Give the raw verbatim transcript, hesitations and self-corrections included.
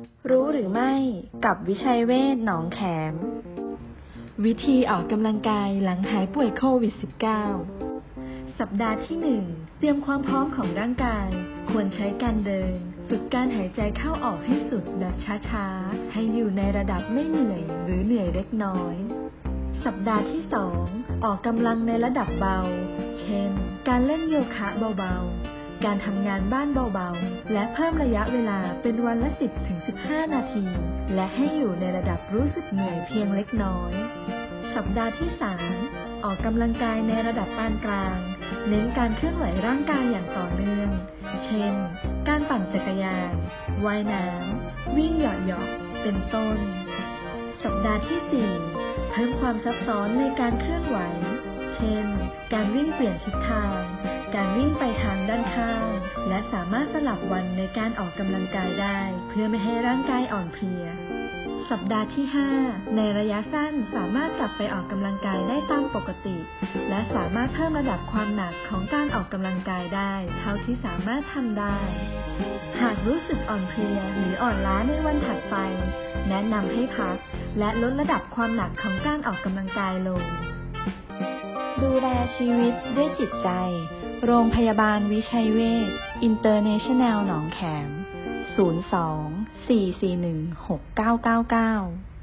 รู้หรือไม่กับวิชัยเวชหนองแขมวิธีออกกำลังกายหลังหายป่วยโควิด สิบเก้า สัปดาห์ที่หนึ่งเตรียมความพร้อมของร่างกายควรใช้การเดินฝึกการหายใจเข้าออกให้สุดแบบช้าๆให้อยู่ในระดับไม่เหนื่อยหรือเหนื่อยเล็กน้อยสัปดาห์ที่สองออกกำลังในระดับเบาเช่นการเล่นโยคะเบาๆการทำงานบ้านเบาๆและเพิ่มระยะเวลาเป็นวันละ สิบถึงสิบห้า นาทีและให้อยู่ในระดับรู้สึกเหนื่อยเพียงเล็กน้อยสัปดาห์ที่สามออกกำลังกายในระดับปานกลางเน้นการเคลื่อนไหวร่างกายอย่างต่อเนื่องเช่นการปั่นจักรยานว่ายน้ำวิ่งเหยาะๆเป็นต้นสัปดาห์ที่สี่เพิ่มความซับซ้อนในการเคลื่อนไหวเช่นการวิ่งเปลี่ยนทิศทางการวิ่งไปทางด้านข้างและสามารถสลับวันในการออกกำลังกายได้เพื่อไม่ให้ร่างกายอ่อนเพลียสัปดาห์ที่ห้าในระยะสั้นสามารถกลับไปออกกำลังกายได้ตามปกติและสามารถเพิ่มระดับความหนักของการออกกำลังกายได้เท่าที่สามารถทำได้หากรู้สึกอ่อนเพลียหรืออ่อนล้าในวันถัดไปแนะนำให้พักและลดระดับความหนักของการออกกำลังกายลงดูแลชีวิตด้วยจิตใจโรงพยาบาลวิชัยเวชอินเตอร์เนชั่นแนลหนองแขมศูนย์ สอง สี่ สี่ หนึ่ง หก เก้า เก้า เก้า